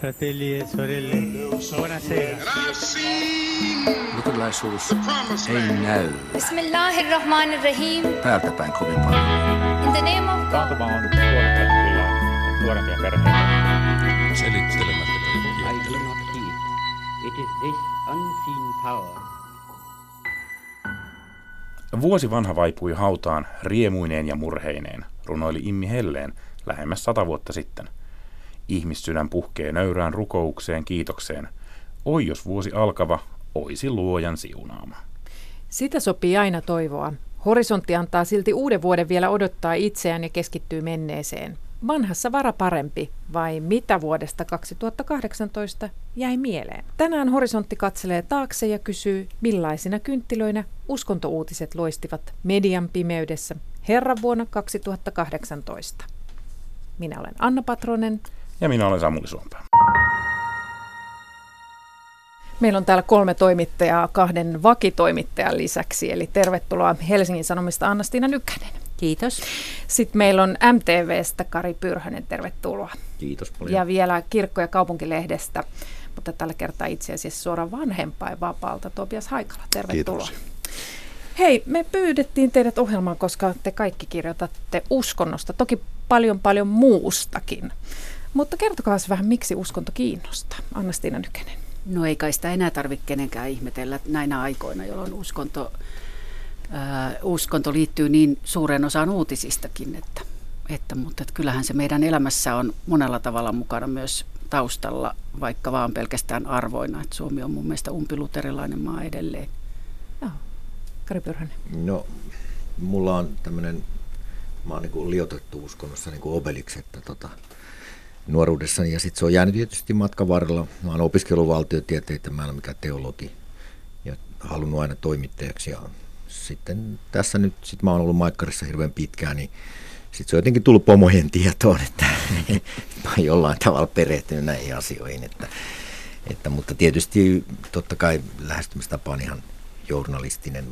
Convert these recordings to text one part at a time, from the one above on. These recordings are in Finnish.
Fratelli e sorelle, buonasera. Luterilaisuus ei näy Bismillahirrahmanirrahim. päältä päin kovin paljon. In the name of God. Taantuma on tuonut kyllä nuorempia perheitä. Selittelemättä I do not heed. It is this unseen power. Vuosi vanha vaipui hautaan riemuineen ja murheineen, runoili Immi Helleen lähemmäs 100 vuotta sitten. Ihmissydän puhkee nöyrään rukoukseen kiitokseen. Oi jos vuosi alkava, oisi luojan siunaama. Sitä sopii aina toivoa. Horisontti antaa silti uuden vuoden vielä odottaa itseään ja keskittyy menneeseen. Vanhassa vara parempi, vai mitä vuodesta 2018 jäi mieleen? Tänään Horisontti katselee taakse ja kysyy, millaisina kynttilöinä uskontouutiset loistivat median pimeydessä Herran vuonna 2018. Minä olen Anna Patronen. Ja minä olen Samuli Suompää. Meillä on täällä 3 toimittajaa 2 vakitoimittajan lisäksi, eli tervetuloa Helsingin Sanomista Anna-Stiina Nykänen. Kiitos. Sitten meillä on MTV:stä Kari Pyrhönen, tervetuloa. Kiitos paljon. Ja vielä Kirkko- ja kaupunkilehdestä, mutta tällä kertaa itse asiassa suoraan vanhempainvapaalta Topias Haikala, tervetuloa. Kiitos. Hei, me pyydettiin teidät ohjelmaan, koska te kaikki kirjoitatte uskonnosta, toki paljon muustakin. Mutta kertokaa vähän, miksi uskonto kiinnostaa. Anna-Stiina Nykänen. No ei kai sitä enää tarvitse kenenkään ihmetellä näinä aikoina, jolloin uskonto liittyy niin suureen osaan uutisistakin, mutta kyllähän se meidän elämässä on monella tavalla mukana myös taustalla, vaikka vaan pelkästään arvoina. Että Suomi on mun mielestä umpiluterilainen maa edelleen. Joo. Kari Pyrhönen. No, mulla on tämmöinen, mä oon niin liotettu uskonnossa niin kuin Obelix, että nuoruudessani, ja sitten se on jäänyt tietysti matkan varrella. Mä oon opiskellut valtiotieteitä, mä en ole mikään teologi, ja halunnut aina toimittajaksi, ja sitten tässä nyt, mä oon ollut Maikkarissa hirveän pitkään, niin sitten se on jotenkin tullut pomojen tietoon, että mä oon jollain tavalla perehtynyt näihin asioihin, mutta tietysti totta kai lähestymistapa on ihan journalistinen,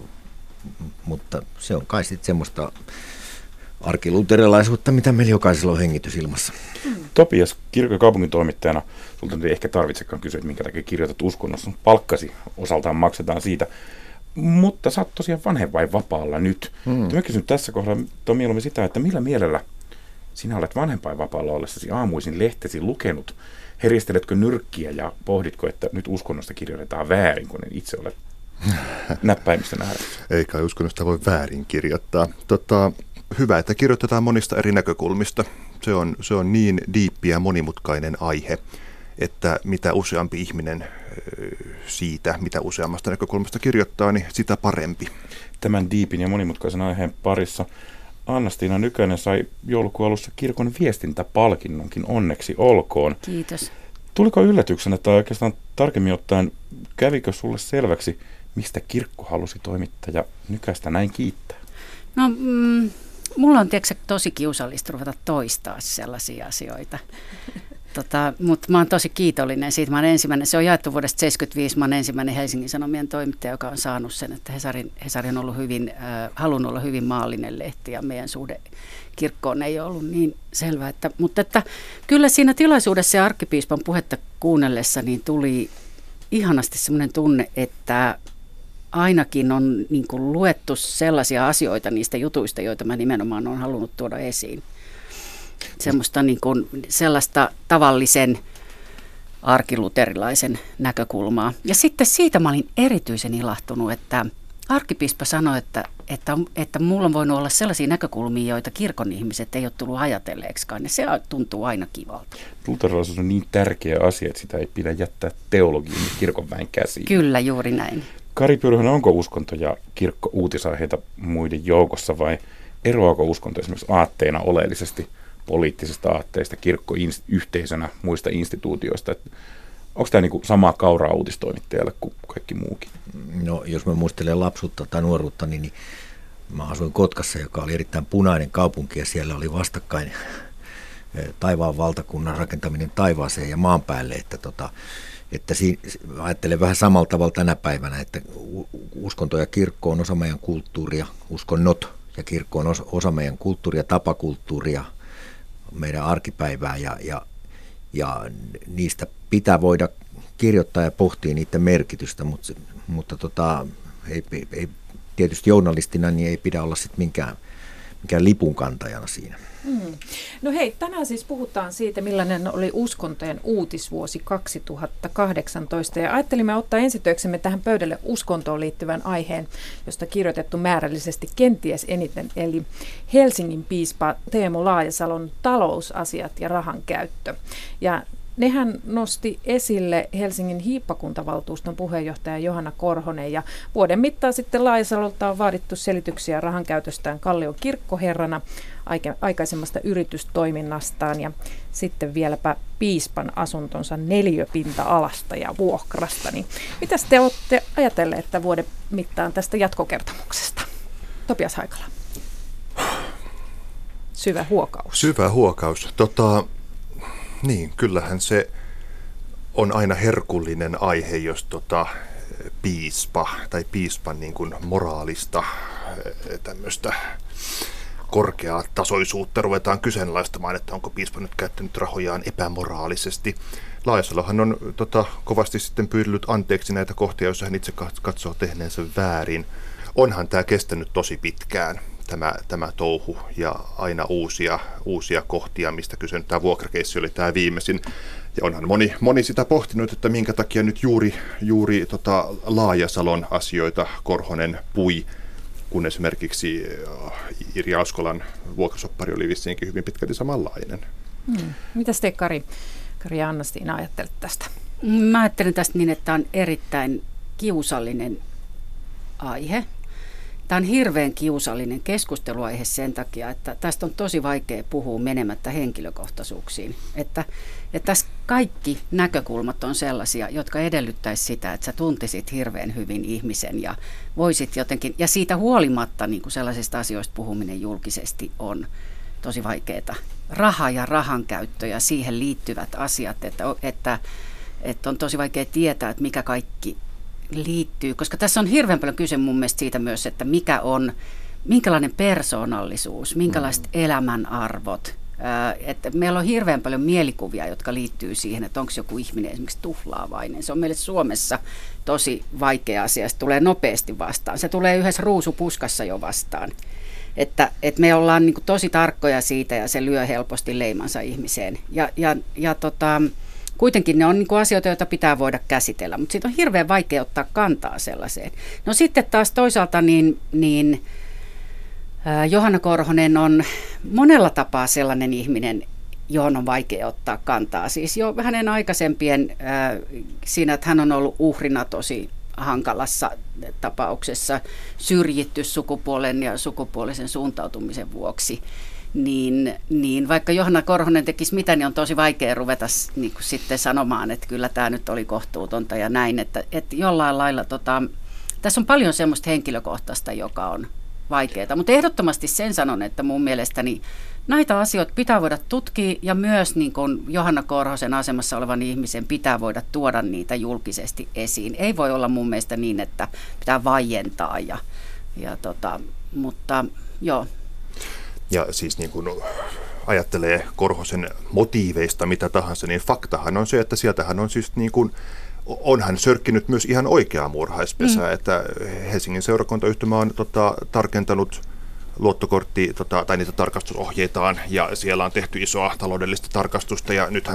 mutta se on kai sitten semmoista arkiluterilaisuutta, mitä meillä jokaisella on hengitysilmassa. Topias, kirkko- ja kaupungin toimittajana, sulta nyt ei ehkä tarvitsekaan kysyä, että minkä takia kirjoitat uskonnossa. Palkkasi osaltaan maksetaan siitä, mutta sä oot tosiaan vanhempainvapaalla nyt. Mä kysyn tässä kohdassa mieluummin sitä, että millä mielellä sinä olet vanhempainvapaalla ollessasi aamuisin lehtesi lukenut? Heristeletkö nyrkkiä ja pohditko, että nyt uskonnosta kirjoitetaan väärin, kun itse olet näppäimistön ääressä? Ei kai uskonnosta voi väärin kirjoittaa. Hyvä, että kirjoitetaan monista eri näkökulmista. Se on niin diippi ja monimutkainen aihe, että mitä useampi ihminen siitä, mitä useammasta näkökulmasta kirjoittaa, niin sitä parempi. Tämän diipin ja monimutkaisen aiheen parissa Anna-Stiina Nykänen sai joulukuun alussa kirkon viestintäpalkinnonkin, onneksi olkoon. Kiitos. Tuliko yllätyksenä, tai oikeastaan tarkemmin ottaen, kävikö sulle selväksi, mistä kirkko halusi toimittaja Nykästä näin kiittää? No, mulla on tosi kiusallista ruveta toistaa sellaisia asioita. Mutta mä oon tosi kiitollinen siitä. Mä oon ensimmäinen, se on jaettu vuodesta 1975, mä oon ensimmäinen Helsingin Sanomien toimittaja, joka on saanut sen, että Hesari on ollut halunnut olla hyvin maallinen lehti, ja meidän suhde kirkkoon ei ole ollut niin selvä. Mutta kyllä siinä tilaisuudessa ja arkkipiispan puhetta kuunnellessa niin tuli ihanasti semmoinen tunne, että ainakin on niin kuin luettu sellaisia asioita niistä jutuista, joita mä nimenomaan olen halunnut tuoda esiin. Semmoista niin kuin sellaista tavallisen arkiluterilaisen näkökulmaa. Ja sitten siitä mä olin erityisen ilahtunut, että arkkipiispa sanoi, että mulla on voinut olla sellaisia näkökulmia, joita kirkon ihmiset ei ole tullut ajatelleeksikaan. Ja se tuntuu aina kivalta. Luterilaisuus on niin tärkeä asia, että sitä ei pidä jättää teologian ja kirkonväen käsiin. Kyllä, juuri näin. Kari Pyrhönen, onko uskonto ja kirkko uutisaiheita muiden joukossa, vai eroako uskonto esimerkiksi aatteena oleellisesti poliittisista aatteista, kirkko yhteisönä muista instituutioista? Onko tämä niin samaa kauraa uutistoimittajalle kuin kaikki muukin? No, jos mä muistelen lapsuutta tai nuoruutta, niin mä asuin Kotkassa, joka oli erittäin punainen kaupunki, ja siellä oli vastakkain taivaan valtakunnan rakentaminen taivaaseen ja maan päälle, että ajattelen vähän samalla tavalla tänä päivänä, että uskonto ja kirkko on osa meidän kulttuuria, uskonnot ja kirkko on osa meidän kulttuuria, tapakulttuuria, meidän arkipäivää, ja ja niistä pitää voida kirjoittaa ja pohtia niiden merkitystä, mutta ei, tietysti journalistina niin ei pidä olla sitten minkään lipunkantajana siinä. No hei, tänään siis puhutaan siitä, millainen oli uskontojen uutisvuosi 2018. Ja ajattelimme ottaa ensitöiksemme tähän pöydälle uskontoon liittyvän aiheen, josta kirjoitettu määrällisesti kenties eniten, eli Helsingin piispa Teemu Laajasalon talousasiat ja rahankäyttö. Ja nehän nosti esille Helsingin hiippakuntavaltuuston puheenjohtaja Johanna Korhonen, ja vuoden mittaan sitten Laajasalolta on vaadittu selityksiä rahankäytöstään Kallion kirkkoherrana, aikaisemmasta yritystoiminnastaan ja sitten vieläpä piispan asuntonsa neliöpinta-alasta ja vuokrasta. Niin mitäs te olette ajatelleet tämän vuoden mittaan tästä jatkokertomuksesta? Topias Haikala. Syvä huokaus. Syvä huokaus. Niin, kyllähän se on aina herkullinen aihe, jos piispa tai piispan niin kuin moraalista tämmöistä korkeaa tasoisuutta ruvetaan kyseenalaistamaan, että onko piispa nyt käyttänyt rahojaan epämoraalisesti. Laajasalohan on kovasti sitten pyydellyt anteeksi näitä kohtia, joissa hän itse katsoo tehneensä väärin. Onhan tämä kestänyt tosi pitkään, tämä touhu, ja aina uusia kohtia, mistä kyse. Tämä vuokrakeissi oli tämä viimeisin. Ja onhan moni sitä pohtinut, että minkä takia nyt juuri Laajasalon asioita Korhonen pui, kun esimerkiksi Irja Askolan vuokrasoppari oli vissiinkin hyvin pitkälti samanlainen. Mitäs te, Kari ja Anna-Stiina, ajattelet tästä? Mä ajattelen tästä niin, että tämä on erittäin kiusallinen aihe. Tämä on hirveän kiusallinen keskusteluaihe sen takia, että tästä on tosi vaikea puhua menemättä henkilökohtaisuuksiin. Että tässä kaikki näkökulmat on sellaisia, jotka edellyttäisi sitä, että sä tuntisit hirveän hyvin ihmisen ja voisit jotenkin, ja siitä huolimatta niin kuin sellaisista asioista puhuminen julkisesti on tosi vaikeaa. Raha ja rahankäyttö ja siihen liittyvät asiat, että on tosi vaikea tietää, että mikä kaikki liittyy, koska tässä on hirveän paljon kyse mun mielestä siitä myös, että minkälainen persoonallisuus, minkälaiset elämänarvot. Että meillä on hirveän paljon mielikuvia, jotka liittyy siihen, että onko joku ihminen esimerkiksi tuhlaavainen. Se on meille Suomessa tosi vaikea asia, se tulee nopeasti vastaan. Se tulee yhdessä ruusupuskassa jo vastaan. Että me ollaan niin kuin tosi tarkkoja siitä ja se lyö helposti leimansa ihmiseen. Kuitenkin ne on niin kuin asioita, joita pitää voida käsitellä, mutta siitä on hirveän vaikea ottaa kantaa sellaiseen. No sitten taas toisaalta Johanna Korhonen on monella tapaa sellainen ihminen, johon on vaikea ottaa kantaa. Siis jo hänen aikaisempien siinä, että hän on ollut uhrina tosi hankalassa tapauksessa, syrjitty sukupuolen ja sukupuolisen suuntautumisen vuoksi. Niin vaikka Johanna Korhonen tekisi mitä, niin on tosi vaikea ruveta niin kuin sitten sanomaan, että kyllä tämä nyt oli kohtuutonta ja näin. Että jollain lailla tässä on paljon semmoista henkilökohtaista, joka on vaikeaa. Mutta ehdottomasti sen sanon, että mun mielestäni näitä asioita pitää voida tutkia ja myös niin kuin Johanna Korhosen asemassa olevan ihmisen pitää voida tuoda niitä julkisesti esiin. Ei voi olla mun mielestä niin, että pitää vaientaa mutta joo. Ja siis niin kun ajattelee Korhosen motiiveista mitä tahansa, niin faktahan on se, että sieltähän on siis niin kuin, onhan sörkkinyt myös ihan oikeaa murhaispesää, että Helsingin seurakuntayhtymä on tarkentanut luottokortti tai niitä tarkastusohjeitaan ja siellä on tehty isoa taloudellista tarkastusta ja nythän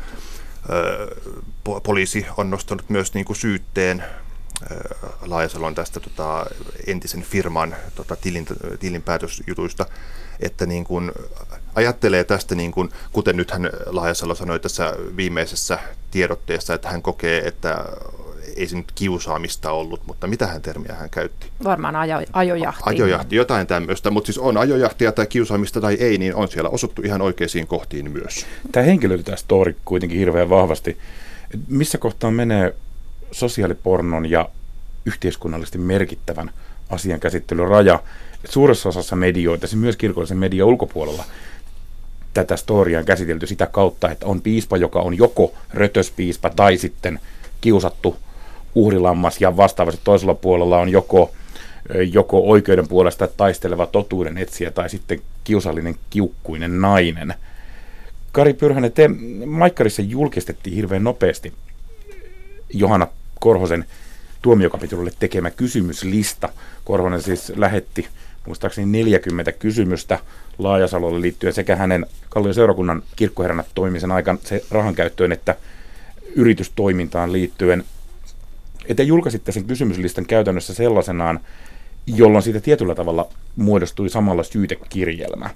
poliisi on nostanut myös niin kuin syytteen Laajasalon tästä entisen firman tilinpäätösjutuista, että niin kuin ajattelee tästä, niin kuin, kuten nythän Laajasalo sanoi tässä viimeisessä tiedotteessa, että hän kokee, että ei se nyt kiusaamista ollut, mutta mitähän termiä hän käytti? Varmaan ajojahti. Ajojahti, jotain tämmöistä, mutta siis on ajojahtia tai kiusaamista tai ei, niin on siellä osuttu ihan oikeisiin kohtiin myös. Tämä henkilöitetään story kuitenkin hirveän vahvasti. Missä kohtaa menee sosiaalipornon ja yhteiskunnallisesti merkittävän asian käsittelyn raja? Suuressa osassa medioita, myös kirkollisen median ulkopuolella, tätä storiaa on käsitelty sitä kautta, että on piispa, joka on joko rötöspiispa tai sitten kiusattu uhrilammas ja vastaavasti toisella puolella on joko oikeuden puolesta taisteleva totuuden etsijä tai sitten kiusallinen kiukkuinen nainen. Kari Pyrhönen, te Maikkarissa julkistettiin hirveän nopeasti Johanna Korhosen tuomiokapitulille tekemä kysymyslista. Korhonen siis lähetti muistaakseni 40 kysymystä Laajasalolle liittyen sekä hänen Kallion seurakunnan kirkkoherrana toimisen aikaan se rahan käyttöön että yritystoimintaan liittyen. Te julkaisitte sen kysymyslistan käytännössä sellaisenaan, jolloin siitä tietyllä tavalla muodostui samalla syytekirjelmä.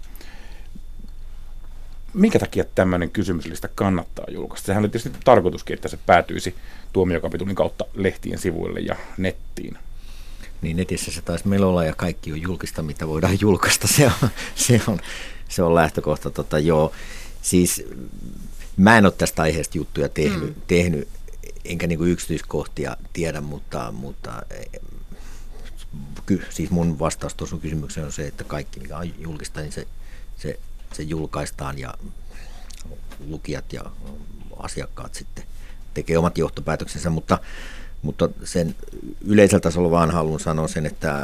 Minkä takia tämmöinen kysymyslista kannattaa julkaista? Sehän oli tietysti tarkoituskin, että se päätyisi tuomiokapitulin kautta lehtien sivuille ja nettiin. Niin netissä se taisi meillä olla ja kaikki on julkista, mitä voidaan julkaista. Se on lähtökohta. Joo. Siis mä en ole tästä aiheesta juttuja tehnyt enkä niin kuin yksityiskohtia tiedä, mutta siis mun vastaus tuossa kysymykseen on se, että kaikki mikä on julkista, niin se julkaistaan ja lukijat ja asiakkaat sitten tekee omat johtopäätöksensä, mutta sen yleisellä tasolla vaan haluan sanoa sen,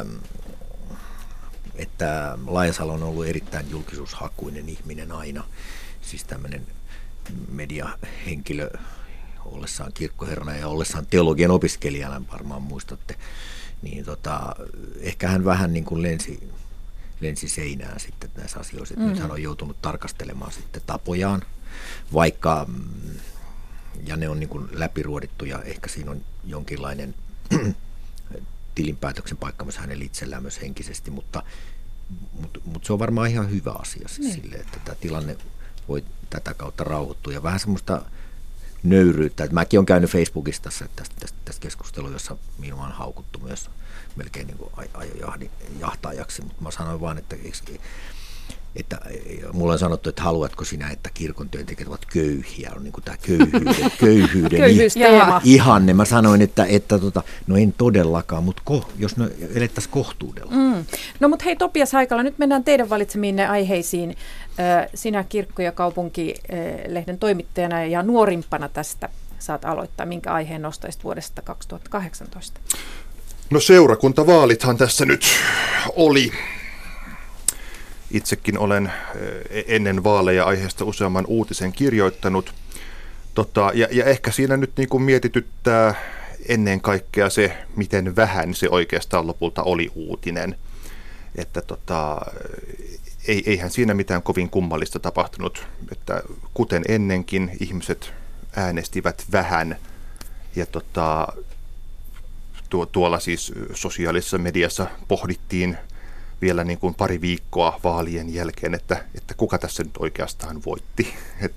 että Laajasalo on ollut erittäin julkisuushakuinen ihminen aina, siis tämmöinen mediahenkilö ollessaan kirkkoherrana ja ollessaan teologian opiskelijana, varmaan muistatte, niin ehkä hän vähän niin kuin lensi seinään sitten näissä asioissa, että nyt hän on joutunut tarkastelemaan sitten tapojaan, vaikka, ja ne on niin kuin läpiruodittu ja ehkä siinä on jonkinlainen tilinpäätöksen paikka myös hänellä itsellään myös henkisesti, mutta se on varmaan ihan hyvä asia siis sille, että tämä tilanne voi tätä kautta rauhoittua ja vähän semmoista nöyryyttä. Että mäkin olen käynyt Facebookissa tästä keskustelua, jossa minua on haukuttu myös melkein niin kuin ajojahtaajaksi, mutta mä sanoin vaan, että mulla on sanottu, että haluatko sinä, että kirkon työntekijät ovat köyhiä, on niin kuin tämä köyhyyden ihanne. Mä sanoin, että no en todellakaan, mutta jos ne elettäisiin kohtuudella. No mutta hei Topias Haikala, nyt mennään teidän valitsemiinne aiheisiin. Sinä Kirkko- ja kaupunki-lehden toimittajana ja nuorimpana tästä saat aloittaa. Minkä aiheen nostaisit vuodesta 2018? No seurakuntavaalithan tässä nyt oli. Itsekin olen ennen vaaleja aiheesta useamman uutisen kirjoittanut. Ja ehkä siinä nyt niin kuin mietityttää ennen kaikkea se, miten vähän se oikeastaan lopulta oli uutinen. Että eihän siinä mitään kovin kummallista tapahtunut, että kuten ennenkin ihmiset äänestivät vähän ja tuolla siis sosiaalisessa mediassa pohdittiin vielä niin kuin pari viikkoa vaalien jälkeen, että kuka tässä nyt oikeastaan voitti.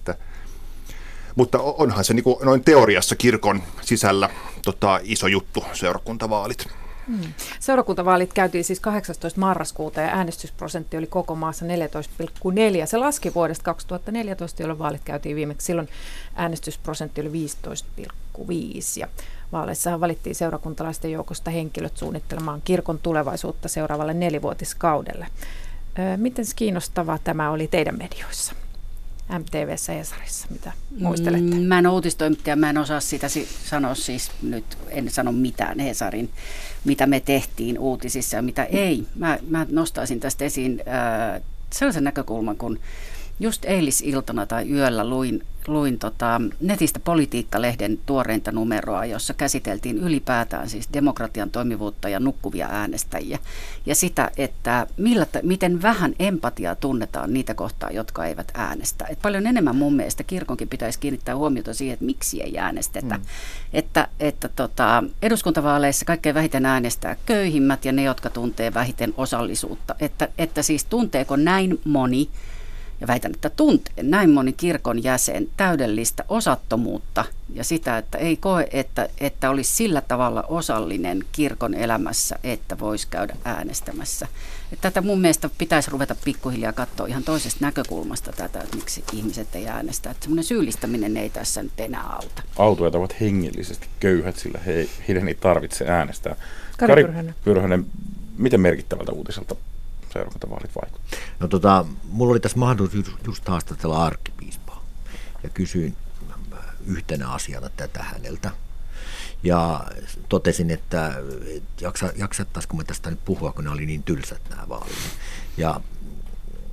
Mutta onhan se niin kuin noin teoriassa kirkon sisällä iso juttu seurakuntavaalit. Seurakuntavaalit käytiin siis 18. marraskuuta ja äänestysprosentti oli koko maassa 14,4. Se laski vuodesta 2014, jolloin vaalit käytiin viimeksi. Silloin äänestysprosentti oli 15,5. Ja vaaleissahan valittiin seurakuntalaisten joukosta henkilöt suunnittelemaan kirkon tulevaisuutta seuraavalle 4-vuotiskaudelle. Miten kiinnostavaa tämä oli teidän medioissa? MTV:ssä ja Hesarissa, mitä muistelette? Mä en ole uutistoimittaja, mä en osaa sitä sanoa siis nyt, en sano mitään Hesarin, mitä me tehtiin uutisissa ja mitä ei. Mä nostaisin tästä esiin sellaisen näkökulman, kun just eilisiltana tai yöllä luin netistä Politiikka-lehden tuoreinta numeroa, jossa käsiteltiin ylipäätään siis demokratian toimivuutta ja nukkuvia äänestäjiä. Ja sitä, että miten vähän empatiaa tunnetaan niitä kohtaa, jotka eivät äänestä. Et paljon enemmän mun mielestä kirkonkin pitäisi kiinnittää huomiota siihen, että miksi ei äänestetä. Että eduskuntavaaleissa kaikkein vähiten äänestää köyhimmät ja ne, jotka tuntee vähiten osallisuutta. Että siis tunteeko näin moni, ja väitän, että tuntee näin moni kirkon jäsen täydellistä osattomuutta ja sitä, että ei koe, että olisi sillä tavalla osallinen kirkon elämässä, että voisi käydä äänestämässä. Että tätä mun mielestä pitäisi ruveta pikkuhiljaa katsoa ihan toisesta näkökulmasta tätä, että miksi ihmiset ei äänestä. Että semmoinen syyllistäminen ei tässä nyt enää auta. Autojat ovat hengellisesti köyhät, sillä heidän ei tarvitse äänestää. Kari Pyrhönen, miten merkittävältä uutiselta seurakuntavaalit vaikutti? No mulla oli tässä mahdollisuus just haastatella arkkipiispaa ja kysyin yhtenä asiana tätä häneltä. Ja totesin, että jaksattaisiko me tästä nyt puhua, kun ne oli niin tylsät nämä vaalit. Ja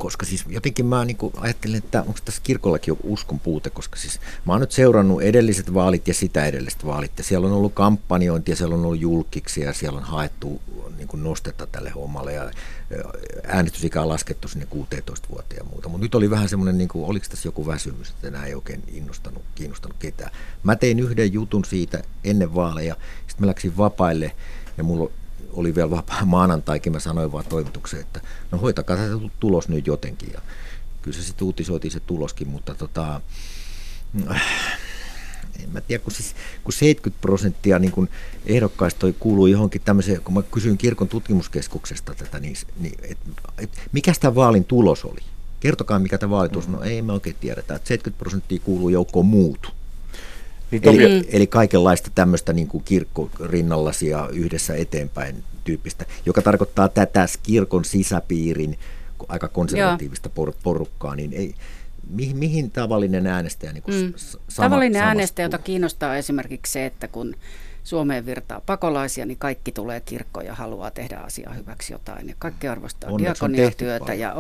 koska siis jotenkin mä niin ajattelin, että onko tässä kirkollakin joku uskon puute, koska siis mä oon nyt seurannut edelliset vaalit ja sitä edelliset vaalit, ja siellä on ollut kampanjointia, siellä on ollut julkiksi, ja siellä on haettu niin kuin nostetta tälle hommalle, ja äänestysikä on laskettu sinne 16 vuotta ja muuta, mutta nyt oli vähän semmoinen, niin kuin, oliko tässä joku väsymys, että nämä ei oikein kiinnostanut ketään. Mä tein yhden jutun siitä ennen vaaleja, sitten mä läksin vapaille, ja mulla oli vielä vapaa maanantaikin, mä sanoin vaan toimitukseen, että no hoitakaa se tulos nyt jotenkin. Ja kyllä se sitten uutisoitiin se tuloskin, mutta en mä tiedä, kun 70% niin kun ehdokkaista kuuluu johonkin tämmöiseen, kun mä kysyin kirkon tutkimuskeskuksesta tätä, niin mikä tämä vaalin tulos oli? Kertokaa, mikä tämä vaalitulos on. No ei me oikein tiedetä, että 70% kuuluu joukkoon muutu. Eli kaikenlaista tämmöistä niin kuin kirkkorinnallisia yhdessä eteenpäin tyyppistä, joka tarkoittaa tätä kirkon sisäpiirin aika konservatiivista porukkaa, niin ei, mihin tavallinen äänestäjä niin kuin tavallinen äänestäjä, jota kiinnostaa esimerkiksi se, että kun Suomeen virtaa pakolaisia, niin kaikki tulee kirkkoon ja haluaa tehdä asiaa hyväksi jotain. Ja kaikki arvostaa diakoniatyötä. Ja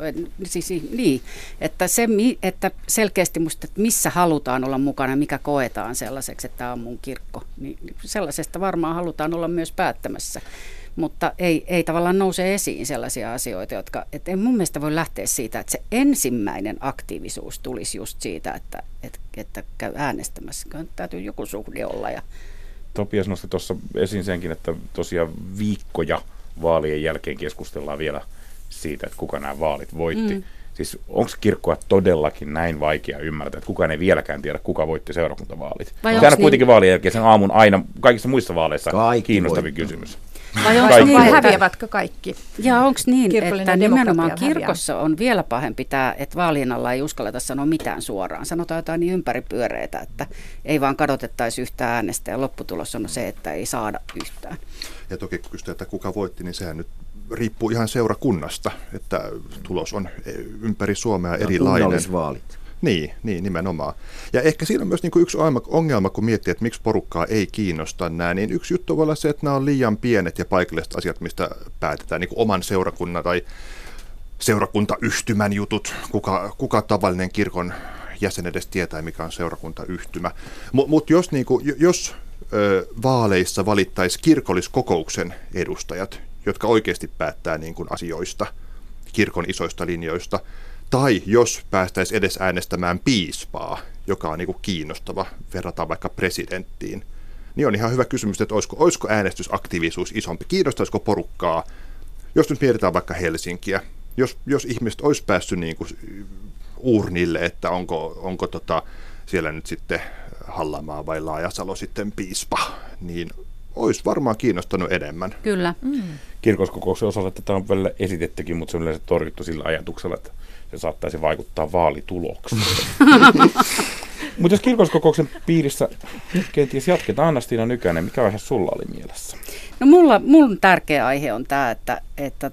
että selkeästi musta, että missä halutaan olla mukana, mikä koetaan sellaiseksi, että tämä on mun kirkko, niin sellaisesta varmaan halutaan olla myös päättämässä. Mutta ei tavallaan nouse esiin sellaisia asioita, jotka, että ei mun mielestä voi lähteä siitä, että se ensimmäinen aktiivisuus tulisi just siitä, että käy äänestämässä. Täytyy joku suhde olla. Ja Topias nosti tuossa esiin senkin, että tosiaan viikkoja vaalien jälkeen keskustellaan vielä siitä, että kuka nämä vaalit voitti. Siis onko kirkkoa todellakin näin vaikea ymmärtää, että kukaan ei vieläkään tiedä, kuka voitti seurakuntavaalit? Sehän on kuitenkin vaalien jälkeen sen aamun aina kaikissa muissa vaaleissa kiinnostavin kysymys. Vai häviävätkö kaikki? Ja onko niin, että nimenomaan kirkossa on vielä pahempi tämä, että vaalien alla ei uskalleta sanoa mitään suoraan. Sanotaan jotain niin ympäripyöreitä, että ei vaan kadotettaisi yhtään äänestä ja lopputulos on se, että ei saada yhtään. Ja toki kun kysytään, että kuka voitti, niin sehän nyt riippuu ihan seurakunnasta, että tulos on ympäri Suomea erilainen. Kunnallisvaalit. Niin, nimenomaan. Ja ehkä siinä on myös niin kuin yksi ongelma, kun miettii, että miksi porukkaa ei kiinnosta nämä, niin yksi juttu voi olla se, että nämä on liian pienet ja paikalliset asiat, mistä päätetään, niin kuin oman seurakunnan tai seurakuntayhtymän jutut, kuka tavallinen kirkon jäsen edes tietää, mikä on seurakuntayhtymä. Mutta jos vaaleissa valittaisi kirkolliskokouksen edustajat, jotka oikeasti päättää niin kuin asioista, kirkon isoista linjoista, tai jos päästäisiin edes äänestämään piispaa, joka on niin kuin kiinnostava, verrataan vaikka presidenttiin, niin on ihan hyvä kysymys, että olisiko äänestysaktiivisuus isompi, kiinnostaisiko porukkaa, jos nyt mietitään vaikka Helsinkiä, jos ihmiset olisi päässyt niin kuin urnille, että onko siellä nyt sitten Hallamaa vai Laajasalo sitten piispa, niin olisi varmaan kiinnostanut enemmän. Kyllä. Kirkolliskokouksen osalta tätä on välillä esitettykin, mutta se on yleensä torjuttu sillä ajatuksella, että se saattaisi vaikuttaa vaalitulokseen. Mutta jos kirkolliskokouksen piirissä kenties jatketaan, Anna-Stiina Nykänen, mikä aihe sulla oli mielessä? No mun tärkeä aihe on tämä, että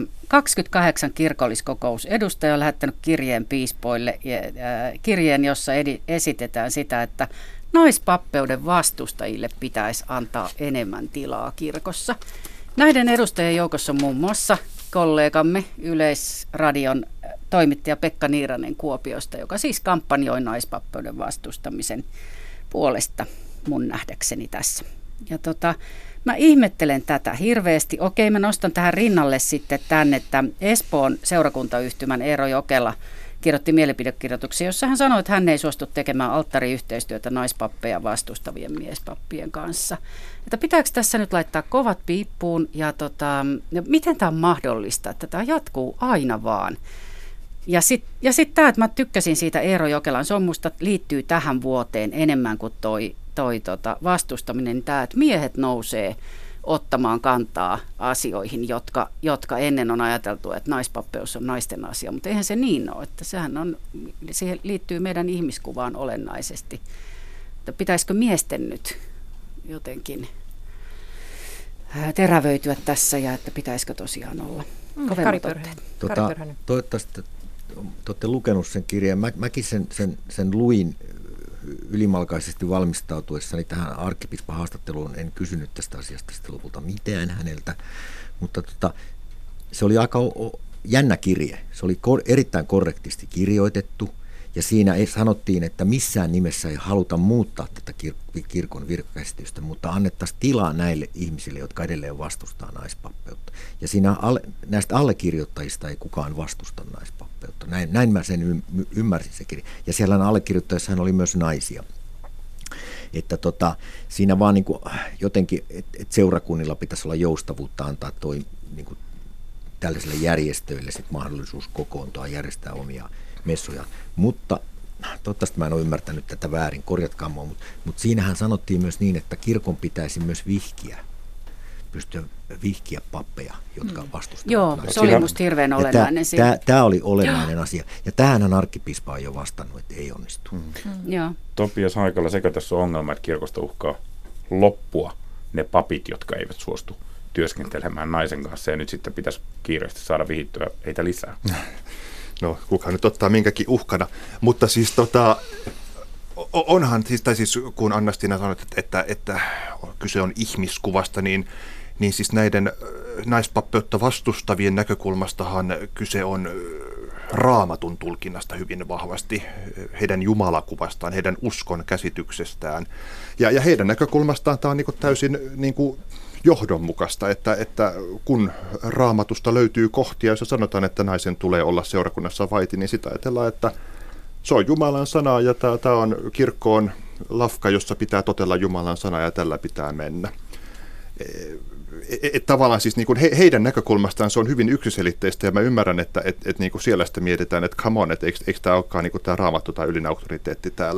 28 kirkolliskokousedustajaa on lähettänyt kirjeen piispoille, kirjeen, jossa esitetään sitä, että naispappeuden vastustajille pitäisi antaa enemmän tilaa kirkossa. Näiden edustajien joukossa on muun muassa kollegamme Yleisradion toimittaja Pekka Niiranen Kuopiosta, joka siis kampanjoi naispappeuden vastustamisen puolesta mun nähdäkseni tässä. Ja mä ihmettelen tätä hirveästi. Okei, mä nostan tähän rinnalle sitten tämän, että Espoon seurakuntayhtymän Eero Jokela kirjoitti mielipidekirjoituksen, jossa hän sanoi, että hän ei suostu tekemään alttariyhteistyötä naispappeja vastustavien miespappien kanssa. Että pitääkö tässä nyt laittaa kovat piippuun ja miten tämä on mahdollista, että tämä jatkuu aina vaan. Ja sitten tämä, että mä tykkäsin siitä Eero Jokelan, se on musta liittyy tähän vuoteen enemmän kuin toi vastustaminen, tämä, että miehet nousee ottamaan kantaa asioihin, jotka ennen on ajateltu, että naispappeus on naisten asia, mutta eihän se niin ole, että siihen liittyy meidän ihmiskuvaan olennaisesti. Että pitäisikö miesten nyt jotenkin terävöityä tässä ja että pitäisikö tosiaan olla kovemmat otteet? Toivottavasti te olette lukenut sen kirjan. Mäkin sen luin ylimalkaisesti valmistautuessani tähän arkkipiispa-haastatteluun. En kysynyt tästä asiasta sitten lopulta mitään häneltä, mutta se oli aika jännä kirje. Se oli erittäin korrektisti kirjoitettu. Ja siinä sanottiin, että missään nimessä ei haluta muuttaa tätä kirkon virkakäsitystä, mutta annettaisiin tilaa näille ihmisille, jotka edelleen vastustaa naispappeutta. Ja siinä näistä allekirjoittajista ei kukaan vastusta naispappeutta. Näin mä sen ymmärsin se kirja. Ja siellä allekirjoittajissahan oli myös naisia. Että siinä vaan niin kuin jotenkin, että seurakunnilla pitäisi olla joustavuutta antaa niin kuin tällaisille järjestöille sit mahdollisuus kokoontua, järjestää omia messuja. Mutta toivottavasti mä en ole ymmärtänyt tätä väärin, korjatkaa mua, mutta siinähän sanottiin myös niin, että kirkon pitäisi myös pystyä vihkiä pappeja, jotka vastustavat. Joo, se oli musta hirveän olennainen. Tämä oli olennainen asia. Ja tähänhän arkkipiispa on jo vastannut, että ei onnistu. Joo. Topias Haikala, sekä tässä on ongelma, että kirkosta uhkaa loppua ne papit, jotka eivät suostu työskentelemään naisen kanssa, ja nyt sitten pitäisi kiireesti saada vihittyä heitä lisää. No, kuka nyt ottaa minkäkin uhkana. Mutta siis onhan, siis kun Anna-Stiina sanoi, että kyse on ihmiskuvasta, niin siis näiden naispappeutta vastustavien näkökulmastahan kyse on Raamatun tulkinnasta hyvin vahvasti, heidän jumalakuvastaan, heidän uskon käsityksestään. Ja heidän näkökulmastaan tämä on niin kuin täysin niin kuin johdonmukaista, että kun Raamatusta löytyy kohtia, joissa sanotaan, että naisen tulee olla seurakunnassa vaiti, niin sitä ajatellaan, että se on Jumalan sana ja tämä on kirkkoon lafka, jossa pitää totella Jumalan sana ja tällä pitää mennä. Tavallaan siis niin kuin heidän näkökulmastaan se on hyvin yksiselitteistä ja mä ymmärrän, että niin kuin siellä sitä mietitään, että come on, että eikö tämä olekaan niin kuin tämä Raamattu tai ylin auktoriteetti täällä.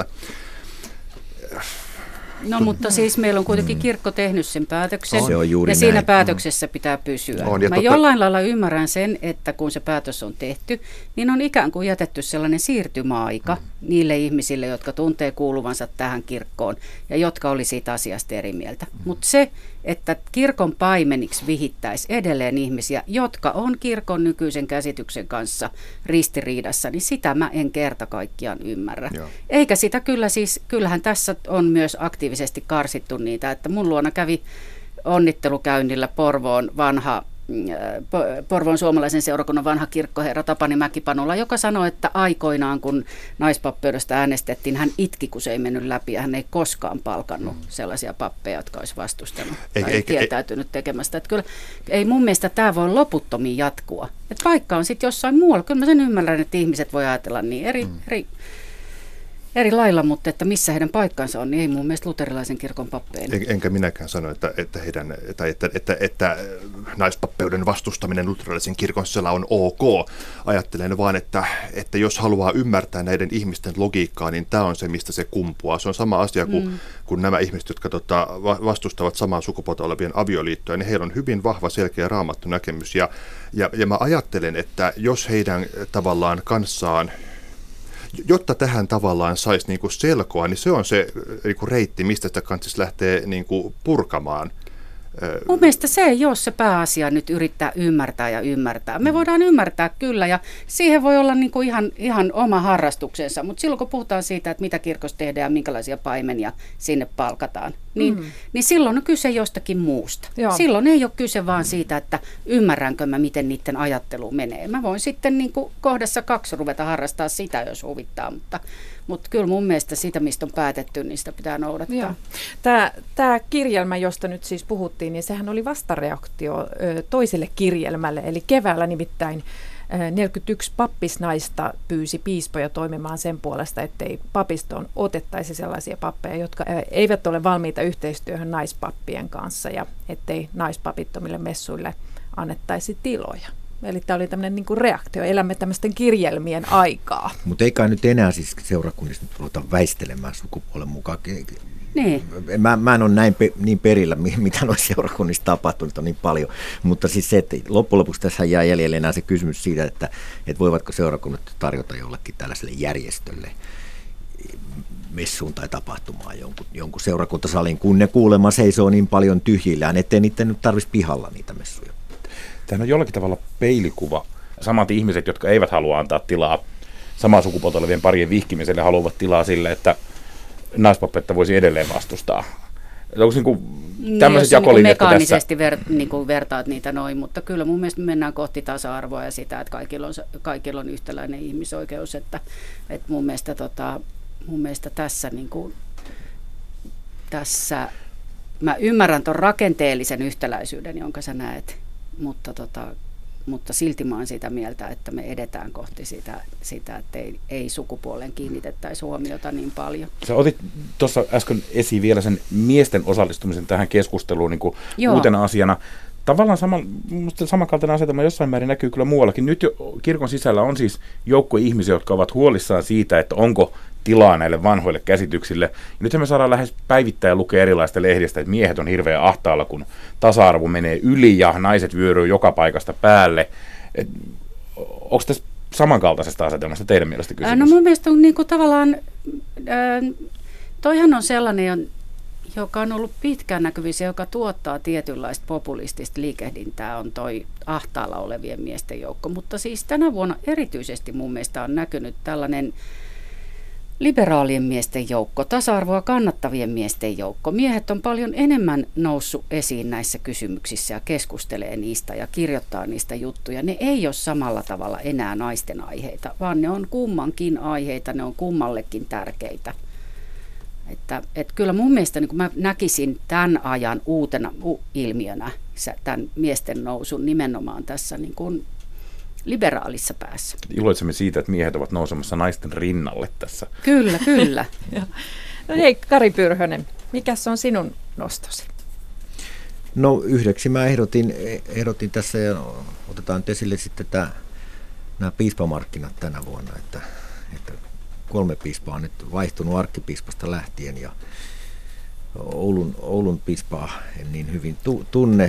No mutta siis meillä on kuitenkin kirkko tehnyt sen päätöksen ja siinä näin. Päätöksessä pitää pysyä. Mä jollain lailla ymmärrän sen, että kun se päätös on tehty, niin on ikään kuin jätetty sellainen siirtymäaika niille ihmisille, jotka tuntee kuuluvansa tähän kirkkoon ja jotka oli siitä asiasta eri mieltä. Mutta se, että kirkon paimeniksi vihittäisi edelleen ihmisiä, jotka on kirkon nykyisen käsityksen kanssa ristiriidassa, niin sitä mä en kerta kaikkiaan ymmärrä. Joo. Eikä sitä kyllähän tässä on myös aktiivisesti karsittu niitä, että mun luona kävi onnittelukäynnillä Porvoon suomalaisen seurakunnan vanha kirkkoherra Tapani Mäkipanula, joka sanoi, että aikoinaan kun naispappeudesta äänestettiin, hän itki, kun se ei mennyt läpi ja hän ei koskaan palkannut sellaisia pappeja, jotka olisi vastustanut tai kieltäytynyt tekemästä. Että kyllä ei mun mielestä tämä voi loputtomiin jatkua. Että paikka on sitten jossain muualla. Kyllä mä sen ymmärrän, että ihmiset voi ajatella niin eri lailla, mutta että missä heidän paikkansa on, niin ei mun mielestä luterilaisen kirkon pappeina. Enkä minäkään sano, että naispappeuden vastustaminen luterilaisen kirkon sisällä on ok. Ajattelen vaan, että jos haluaa ymmärtää näiden ihmisten logiikkaa, niin tämä on se, mistä se kumpuaa. Se on sama asia kuin nämä ihmiset, jotka vastustavat samaa sukupuolta olevien avioliittoja, niin heillä on hyvin vahva selkeä raamattu näkemys. Ja mä ajattelen, että jos heidän tavallaan kanssaan jotta tähän tavallaan saisi niinku selkoa, niin se on se niinku reitti, mistä sitä kannattaisi lähteä niinku purkamaan. Mun mielestä se ei ole se pääasia nyt yrittää ymmärtää. Me voidaan ymmärtää kyllä ja siihen voi olla niinku ihan oma harrastuksensa, mutta silloin kun puhutaan siitä, että mitä kirkossa tehdään ja minkälaisia paimenia sinne palkataan, niin silloin on kyse jostakin muusta. Joo. Silloin ei ole kyse vaan siitä, että ymmärränkö mä, miten niiden ajattelu menee. Mä voin sitten niinku kohdassa 2 ruveta harrastaa sitä, jos huvittaa, mutta kyllä mun mielestä sitä, mistä on päätetty, niin sitä pitää noudattaa. Tämä kirjelmä, josta nyt siis puhuttiin, niin sehän oli vastareaktio toiselle kirjelmälle. Eli keväällä nimittäin 41 pappisnaista pyysi piispoja toimimaan sen puolesta, ettei papistoon otettaisi sellaisia pappeja, jotka eivät ole valmiita yhteistyöhön naispappien kanssa ja ettei naispapittomille messuille annettaisi tiloja. Eli tämä oli tämmöinen niin kuin reaktio. Elämme tämmöisten kirjelmien aikaa. Mutta ei kai nyt enää siis seurakunnista nyt ruveta väistelemään sukupuolen mukaan. Niin. Mä en ole niin perillä, mitä noissa seurakunnissa tapahtunut on niin paljon. Mutta siis se, että loppujen lopuksi tässä jää jäljelle enää se kysymys siitä, että voivatko seurakunnat tarjota jollekin tällaiselle järjestölle messuun tai tapahtumaan jonkun seurakuntasalin, kun ne kuulemma seisoo niin paljon tyhjillään, ettei niiden nyt tarvitsisi pihalla niitä messuja. Tämä on jollakin tavalla peilikuva. Samat ihmiset, jotka eivät halua antaa tilaa samaa sukupuolta olevien parien vihkimiselle, haluavat tilaa sille, että naispappetta voisi edelleen vastustaa. Onko tämmöiset jakolinjat mekaanisesti vertaat niitä noin, mutta kyllä mun mielestä me mennään kohti tasa-arvoa ja sitä, että kaikilla on yhtäläinen ihmisoikeus, että mun mielestä tässä mä ymmärrän ton rakenteellisen yhtäläisyyden, jonka sä näet, mutta silti mä oon sitä mieltä, että me edetään kohti sitä että ei sukupuoleen kiinnitettäisi huomiota niin paljon. Sä otit tuossa äsken esiin vielä sen miesten osallistumisen tähän keskusteluun niin kuin uutena asiana. Tavallaan samankaltainen asetelma jossain määrin näkyy kyllä muuallakin. Nyt jo kirkon sisällä on siis joukko ihmisiä, jotka ovat huolissaan siitä, että onko tilaa näille vanhoille käsityksille. Ja nythän me saadaan lähes päivittäin lukea erilaista lehdistä, että miehet on hirveän ahtaalla, kun tasa-arvo menee yli ja naiset vyöryy joka paikasta päälle. Onko tässä samankaltaisesta asetelmasta teidän mielestä kysymys? No mun mielestä on tavallaan, toihan on sellainen, joka on ollut pitkään näkyvissä, joka tuottaa tietynlaista populistista liikehdintää, on toi ahtaalla olevien miesten joukko. Mutta siis tänä vuonna erityisesti mun mielestä on näkynyt tällainen liberaalien miesten joukko, tasa-arvoa kannattavien miesten joukko. Miehet on paljon enemmän noussut esiin näissä kysymyksissä ja keskustelee niistä ja kirjoittaa niistä juttuja. Ne ei ole samalla tavalla enää naisten aiheita, vaan ne on kummankin aiheita, ne on kummallekin tärkeitä. Että kyllä mun mielestä niin kun mä näkisin tämän ajan uutena ilmiönä tämän miesten nousun nimenomaan tässä niin kuin liberaalissa päässä. Iloitsemme siitä, että miehet ovat nousemassa naisten rinnalle tässä. Kyllä, kyllä. No hei, Kari Pyrhönen, mikäs on sinun nostosi? No yhdeksi mä ehdotin tässä, ja otetaan nyt esille sitten nämä piispamarkkinat tänä vuonna, että 3 piispaa on nyt vaihtunut arkkipiispasta lähtien, ja Oulun piispaa en niin hyvin tunne.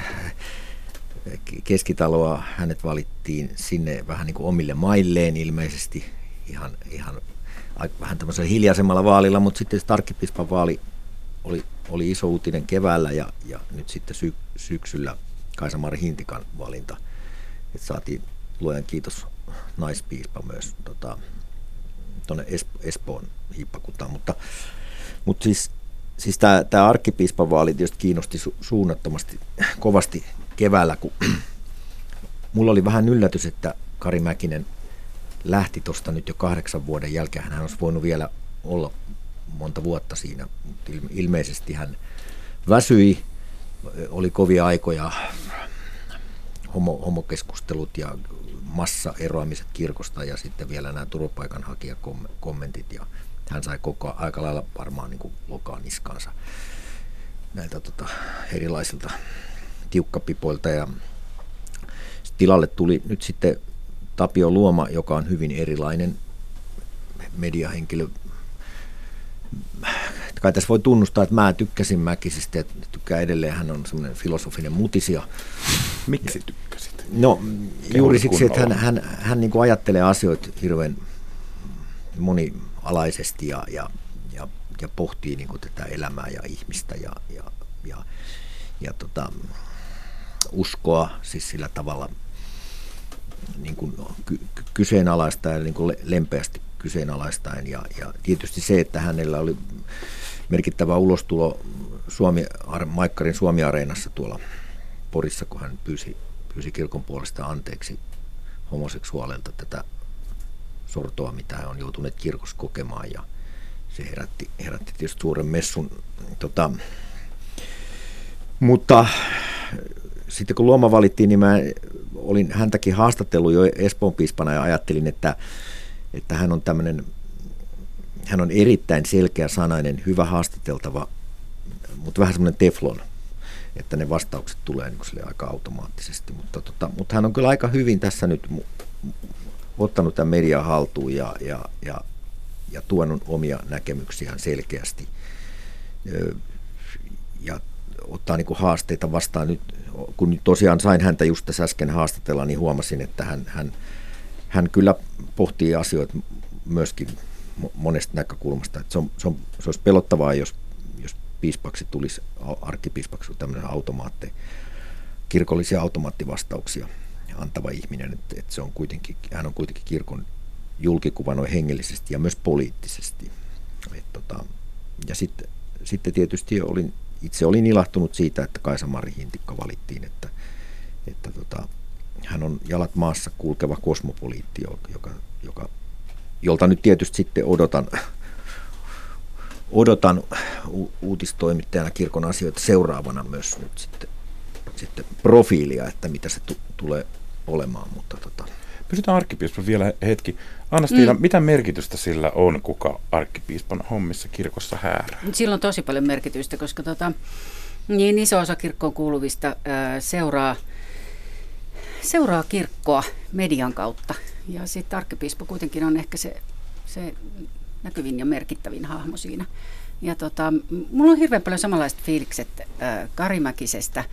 Keskitaloa hänet valittiin sinne vähän niin kuin omille mailleen ilmeisesti, ihan vähän tämmöisellä hiljaisemmalla vaalilla, mutta sitten arkkipiispan vaali oli iso uutinen keväällä ja nyt sitten syksyllä Kaisa-Mari Hintikan valinta, että saatiin luojan kiitos naispiispa myös tuonne Espoon hiippakuntaan, mutta siis tämä arkkipiispan vaali tietysti kiinnosti suunnattomasti kovasti keväällä, kun mulla oli vähän yllätys, että Kari Mäkinen lähti tuosta nyt jo 8 vuoden jälkeen. Hän olisi voinut vielä olla monta vuotta siinä, mutta ilmeisesti hän väsyi, oli kovia aikoja, homokeskustelut ja massaeroamiset kirkosta ja sitten vielä nämä turvapaikanhakijakommentit, ja hän sai koko aika lailla varmaan niin kuin lokaa niskaansa näiltä erilaisilta tiukkapipoilta, ja tilalle tuli nyt sitten Tapio Luoma, joka on hyvin erilainen mediahenkilö. Kai tässä voi tunnustaa, että mä tykkäsin Mäkisestä ja tykkään edelleen, hän on semmoinen filosofinen mutisia. Miksi tykkäsit? No juuri siksi, että hän niin kuin ajattelee asioita hirveän monialaisesti ja pohtii niin kuin tätä elämää ja ihmistä ja uskoa siis sillä tavalla niin kuin kyseenalaistaen ja niin kuin lempeästi kyseenalaistaen, ja tietysti se, että hänellä oli merkittävä ulostulo Maikkarin Suomi-areenassa tuolla Porissa, kun hän pyysi kirkon puolesta anteeksi homoseksuaalilta tätä sortoa, mitä he on joutuneet kirkossa kokemaan, ja se herätti tietysti suuren messun. Mutta sitten kun Luoma valittiin, niin mä olin häntäkin haastatellut jo Espoon piispana ja ajattelin, että hän on erittäin selkeäsanainen, hyvä haastateltava, mutta vähän semmoinen teflon, että ne vastaukset tulee niin kuin aika automaattisesti. Mutta hän on kyllä aika hyvin tässä nyt ottanut tämän median haltuun ja tuonut omia näkemyksiään selkeästi. Ja ottaa niin kuin haasteita vastaan. Nyt, kun nyt tosiaan sain häntä just tässä äsken haastatella, niin huomasin, että hän kyllä pohtii asioita myöskin monesta näkökulmasta. Että se olisi pelottavaa, jos piispaksi tulisi, arkkipiispaksi tämmöinen kirkollisia automaattivastauksia antava ihminen. Että hän on kuitenkin kirkon julkikuva noin hengellisesti ja myös poliittisesti. Ja sitten tietysti olin itse olin ilahtunut siitä, että Kaisa-Mari Hintikka valittiin, että hän on jalat maassa kulkeva kosmopoliitti, jolta nyt tietysti sitten odotan uutistoimittajana kirkon asioita seuraavana myös nyt sitten profiilia, että mitä se tulee olemaan. Mutta Pysytään arkkipiispan vielä hetki. Anna-Stiina, mitä merkitystä sillä on, kuka arkkipiispan hommissa kirkossa häärää? Sillä on tosi paljon merkitystä, koska niin iso osa kirkkoon kuuluvista seuraa kirkkoa median kautta. Ja sitten arkkipiispa kuitenkin on ehkä se näkyvin ja merkittävin hahmo siinä. Ja mulla on hirveän paljon samanlaiset fiilikset Kari Mäkisestä,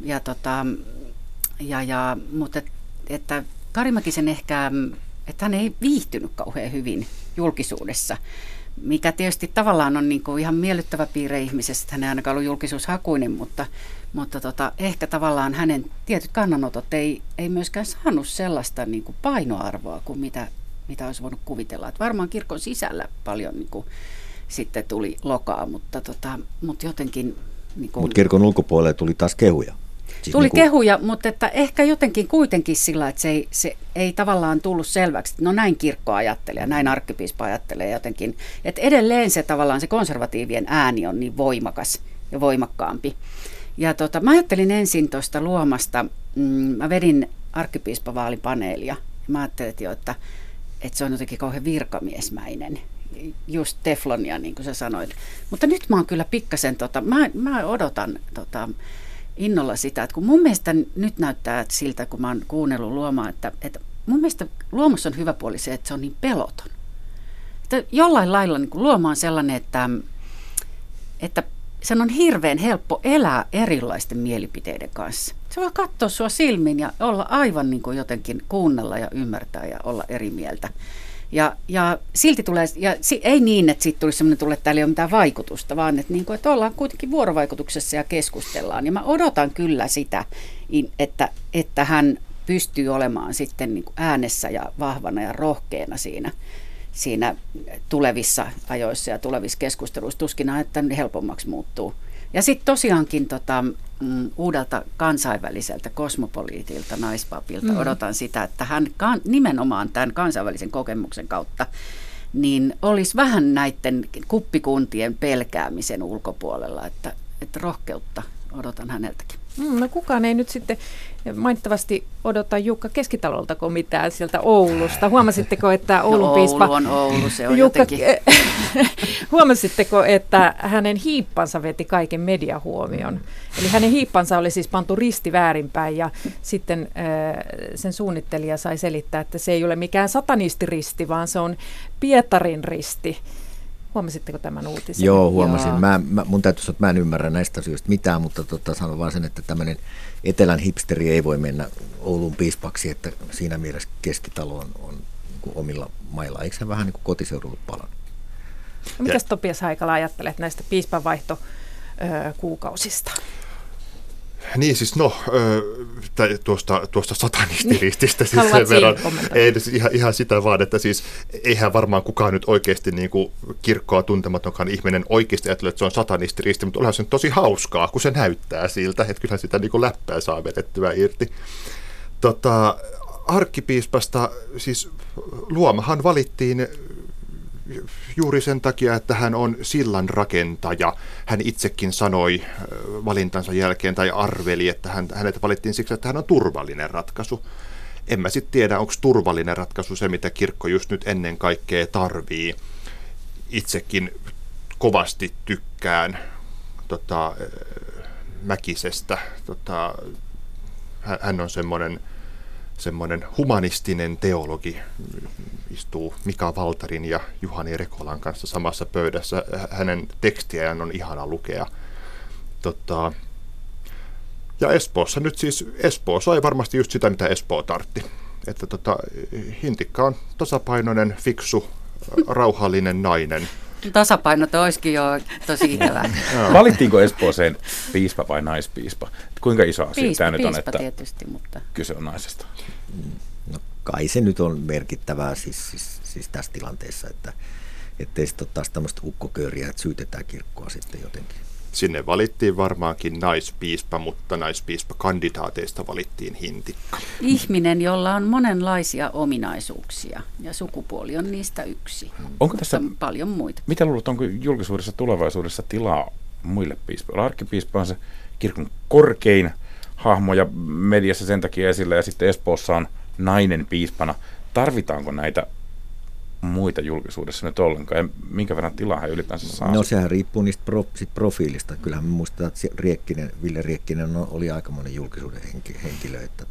mutta että Kari Mäkisen ehkä, että hän ei viihtynyt kauhean hyvin julkisuudessa, mikä tietysti tavallaan on niin kuin ihan miellyttävä piirre ihmisestä, hän ei ainakaan ollut julkisuushakuinen, mutta ehkä tavallaan hänen tietyt kannanotot ei myöskään saanut sellaista niin kuin painoarvoa kuin mitä olisi voinut kuvitella. Että varmaan kirkon sisällä paljon niin kuin sitten tuli lokaa, mutta jotenkin... Mutta kirkon ulkopuolelle tuli taas kehuja. Tuli kehuja, mutta että ehkä jotenkin kuitenkin sillä, että se ei tavallaan tullut selväksi, että no näin kirkko ajattelee ja näin arkkipiispa ajattelee jotenkin. Että edelleen se tavallaan se konservatiivien ääni on niin voimakas ja voimakkaampi. Ja mä ajattelin ensin tuosta Luomasta, mä vedin arkkipiispavaalipaneelia ja mä ajattelin jo, että se on jotenkin kauhean virkamiesmäinen. Just teflonia, niin kuin sä sanoit. Mutta nyt mä oon kyllä pikkasen, mä odotan innolla sitä, että kun mun mielestä nyt näyttää siltä, kun mä oon kuunnellut Luomaa, että mun mielestä Luomassa on hyvä puoli se, että se on niin peloton. Että jollain lailla niin kuin Luoma on sellainen, että sen on hirveän helppo elää erilaisten mielipiteiden kanssa. Se voi katsoa sua silmiin ja olla aivan niin kuin jotenkin kuunnella ja ymmärtää ja olla eri mieltä. Ja silti tulee, ja ei niin, että siitä tulisi sellainen että täällä ei ole mitään vaikutusta, vaan että ollaan kuitenkin vuorovaikutuksessa ja keskustellaan. Ja mä odotan kyllä sitä, että hän pystyy olemaan sitten niin kuin äänessä ja vahvana ja rohkeana siinä tulevissa ajoissa ja tulevissa keskusteluissa. Tuskin että ne helpommaksi muuttuu. Ja sitten tosiaankin uudelta kansainväliseltä kosmopoliitilta, naispapilta odotan sitä, että hän nimenomaan tämän kansainvälisen kokemuksen kautta niin olisi vähän näiden kuppikuntien pelkäämisen ulkopuolella, että rohkeutta odotan häneltäkin. No kukaan ei nyt sitten mainittavasti odota Jukka Keskitaloltako mitään sieltä Oulusta. Huomasitteko, että Oulun piispa... Oulu on Oulu, se on Jukka, jotenkin... Huomasitteko, että hänen hiippansa veti kaiken mediahuomion? Eli hänen hiippansa oli siis pantu risti väärinpäin ja sitten sen suunnittelija sai selittää, että se ei ole mikään satanistiristi, vaan se on Pietarin risti. Huomasitteko tämän uutisen? Joo, huomasin. Mun täytyy sanoa, että mä en ymmärrä näistä asioista mitään, mutta sanon vaan sen, että tämmöinen etelän hipsteri ei voi mennä Oulun piispaksi, että siinä mielessä Keskitalo on niin omilla mailla. Eikö se vähän niin kuin kotiseudulla palannut? No, mitäs Topias Haikala ajattelet näistä piispanvaihtokuukausista? Niin siis tuosta satanistirististä siis sen verran, ei ihan sitä vaan, että siis eihän varmaan kukaan nyt oikeasti niin kuin kirkkoa tuntematonkaan ihminen oikeasti ajattelee, että se on satanistiristi, mutta onhan se tosi hauskaa, kun se näyttää siltä, että kyllähän sitä niin kuin läppää saa vedettyä irti. Arkkipiispasta siis Luomahan valittiin juuri sen takia, että hän on sillan rakentaja. Hän itsekin sanoi valintansa jälkeen tai arveli, että hänet valittiin siksi, että hän on turvallinen ratkaisu. En mä sitten tiedä, onko turvallinen ratkaisu se, mitä kirkko just nyt ennen kaikkea tarvii. Itsekin kovasti tykkään Mäkisestä. Hän on semmoinen humanistinen teologi, istuu Mika Valtarin ja Juhani Rekolan kanssa samassa pöydässä. Hänen tekstiään on ihana lukea. Ja Espoossa nyt siis, Espoo sai varmasti just sitä, mitä Espoo tartti. Että Hintikka on tasapainoinen, fiksu, rauhallinen nainen. Tasapaino olisikin jo tosi ikävää. Valittiinko Espooseen piispa vai naispiispa? Kuinka iso asia tämä nyt on, että tietysti, mutta kyse on naisesta? No kai se nyt on merkittävää siis tässä tilanteessa, että ettei sitten ole taas tämmöistä ukkokööriä, että syytetään kirkkoa sitten jotenkin. Sinne valittiin varmaankin naispiispa, mutta naispiispakandidaateista valittiin hintikka. Ihminen, jolla on monenlaisia ominaisuuksia ja sukupuoli on niistä yksi. Onko tässä paljon muita? Mitä luulet, onko julkisuudessa tulevaisuudessa tilaa muille piispoille? Arkkipiispa on se kirkon korkein hahmo ja mediassa sen takia esillä, ja sitten Espoossa on nainen piispana. Tarvitaanko näitä muita julkisuudessa nyt ollenkaan, ja minkä verran tilaa he ylipäänsä saa? No sehän riippuu niistä profiilista. Kyllähän me muistetaan, että Ville Riekkinen oli aikamoinen julkisuuden henkilö, että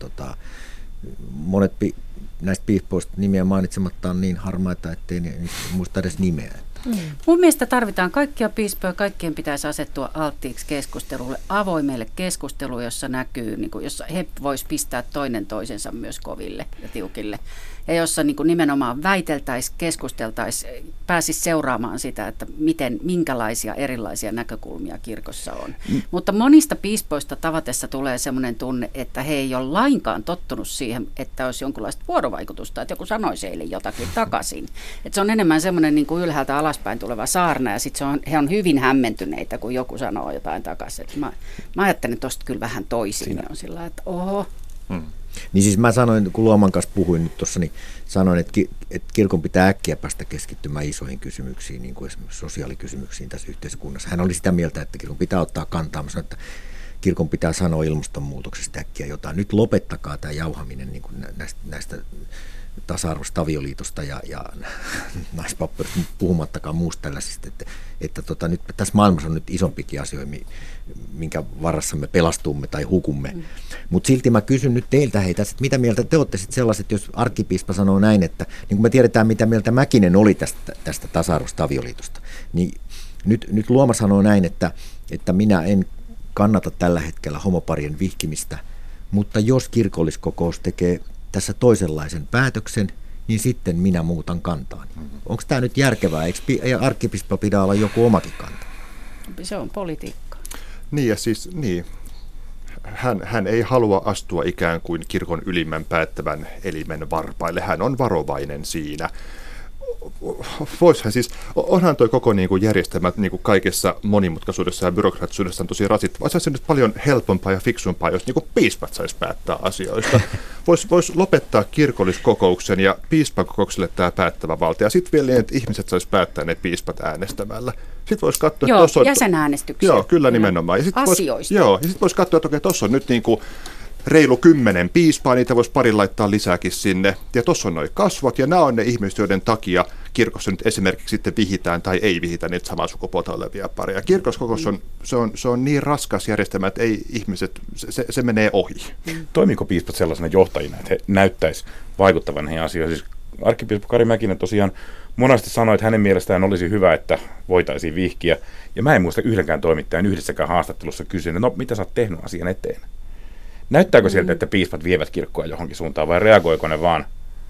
monet näistä piispoista nimiä mainitsematta on niin harmaita, ettei niistä muista edes nimeä. Mun mielestä tarvitaan kaikkia piispoja, kaikkien pitäisi asettua alttiiksi keskustelulle, avoimelle keskustelulle, jossa näkyy, niin kuin, jossa he vois pistää toinen toisensa myös koville ja tiukille. Ja jossa niin kuin nimenomaan väiteltäisiin, keskusteltaisiin, pääsisi seuraamaan sitä, että minkälaisia erilaisia näkökulmia kirkossa on. Mutta monista piispoista tavatessa tulee sellainen tunne, että he ei ole lainkaan tottunut siihen, että olisi jonkinlaista vuorovaikutusta, että joku sanoisi heille jotakin takaisin. Että se on enemmän semmoinen niin kuin ylhäältä alaspäin tuleva saarna, ja sitten he on hyvin hämmentyneitä, kun joku sanoo jotain takaisin. Mä ajattelen tuosta kyllä vähän toisin. On sillä, että oho. Niin siis mä sanoin, kun Luoman kanssa puhuin nyt tuossa, niin sanoin, että kirkon pitää äkkiä päästä keskittymään isoihin kysymyksiin, niin kuin esimerkiksi sosiaalikysymyksiin tässä yhteiskunnassa. Hän oli sitä mieltä, että kirkon pitää ottaa kantaa. Mä sanoin, että kirkon pitää sanoa ilmastonmuutoksesta äkkiä jotain. Nyt lopettakaa tämä jauhaminen niin kuin näistä tasa-arvoista avioliitosta ja naispappeudesta, puhumattakaan muusta tällaisista, että nyt tässä maailmassa on nyt isompikin asioita, minkä varassa me pelastumme tai hukumme. Mutta silti mä kysyn nyt teiltä heitä, että mitä mieltä te olette sitten sellaiset, jos arkkipiispa sanoo näin, että niin kuin me tiedetään, mitä mieltä Mäkinen oli tästä tasa-arvoista avioliitosta, niin nyt Luoma sanoo näin, että minä en kannata tällä hetkellä homoparien vihkimistä, mutta jos kirkolliskokous tekee tässä toisenlaisen päätöksen, niin sitten minä muutan kantaani. Onko tämä nyt järkevää? Eikö arkkipiispa pidä olla joku omakin kanta? Se on politiikka. Niin ja siis, hän ei halua astua ikään kuin kirkon ylimmän päättävän elimen varpaille. Hän on varovainen siinä. Voisihan siis, onhan toi koko niin kuin järjestelmä niin kuin kaikessa monimutkaisuudessa ja byrokraattisuudessa on tosi rasittava. Olisi se nyt paljon helpompaa ja fiksumpaa, jos niin kuin piispat saisi päättää asioista. Voisi lopettaa kirkolliskokouksen ja piispakokoukselle tämä päättävä valta. Ja sitten vielä että ihmiset saisi päättää ne piispat äänestämällä. Sitten voisi katsoa, että tuossa on... jäsenäänestyksiä. Joo, kyllä nimenomaan. Ja asioista. Ja sitten voisi katsoa, että tuossa on nyt niin kuin reilu 10 piispaa, niitä voisi pari laittaa lisääkin sinne. Ja tuossa on noi kasvot, ja nämä on ne ihmiset, joiden takia kirkossa nyt esimerkiksi sitten vihitään tai ei vihitä niitä samaa sukupuolta olevia pareja. Kirkoskokous se on niin raskas järjestelmä, että ei ihmiset, se menee ohi. Toimiiko piispat sellaisena johtajina, että he näyttäisi vaikuttavan näihin asioihin? Siis arkkipiispa Kari Mäkinen tosiaan monesti sanoi, että hänen mielestään olisi hyvä, että voitaisiin vihkiä. Ja mä en muista yhdenkään toimittajan yhdessäkään haastattelussa kysynyt, no mitä sä oot tehnyt asian eteen? Näyttääkö sieltä, että piispat vievät kirkkoa johonkin suuntaan, vai reagoiko ne vaan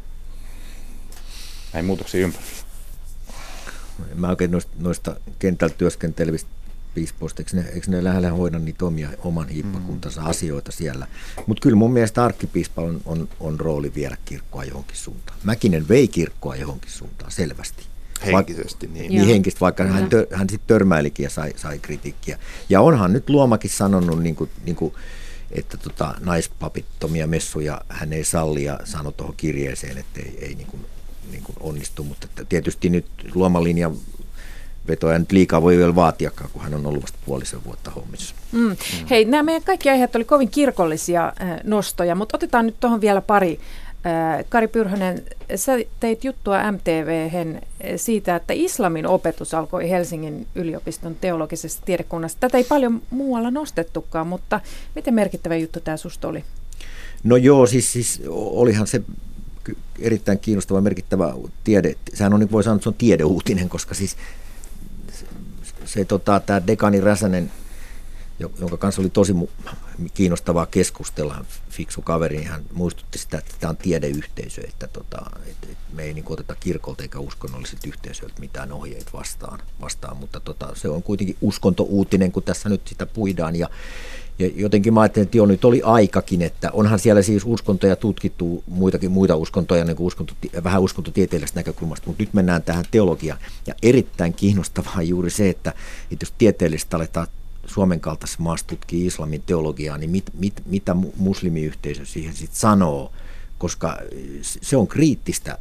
näihin muutoksiin ympärillä? Mä oikein noista kentällä työskentelevistä piispoista, eikö ne lähellä hoida niitä oman hiippakuntansa asioita siellä? Mutta kyllä mun mielestä arkkipiispa on rooli viedä kirkkoa johonkin suuntaan. Mäkinen vei kirkkoa johonkin suuntaan selvästi. Henkisesti, niin henkisesti, vaikka hän sitten törmäilikin ja sai kritiikkiä. Ja onhan nyt Luomakin sanonut, niin kuin että naispapittomia messuja hän ei salli ja sanoi tuohon kirjeeseen, että ei niin kuin onnistu, mutta tietysti nyt Luoman linjan vetoja nyt liikaa voi vielä vaatiakaan, kun hän on ollut vasta puolisen vuotta hommissa. Hei, nämä meidän kaikki aiheet oli kovin kirkollisia nostoja, mutta otetaan nyt tuohon vielä pari. Kari Pyrhönen, sä teit juttua MTV:hen siitä, että islamin opetus alkoi Helsingin yliopiston teologisessa tiedekunnassa. Tätä ei paljon muualla nostettukaan, mutta miten merkittävä juttu tämä susta oli? No joo, siis olihan se erittäin kiinnostava merkittävä tiede. Sehän on, niin voi sanoa, että se on tiedeuutinen, koska siis tämä dekani Räsänen, jonka kanssa oli tosi kiinnostavaa keskustella, fiksu kaveri, niin hän muistutti sitä, että tämä on tiedeyhteisö, että me ei niin oteta kirkolta eikä uskonnollisilta yhteisöiltä mitään ohjeita vastaan, mutta se on kuitenkin uskontouutinen, kun tässä nyt sitä puidaan, ja jotenkin mä ajattelin, että nyt oli aikakin, että onhan siellä siis uskontoja tutkittu, muita uskontoja, niin kuin vähän uskontotieteellisestä näkökulmasta, mutta nyt mennään tähän teologiaan, ja erittäin kiinnostavaa juuri se, että jos tieteellisesti aletaan Suomen kaltaisessa maassa tutkii islamin teologiaa, niin mitä muslimiyhteisö siihen sitten sanoo, koska se on kriittistä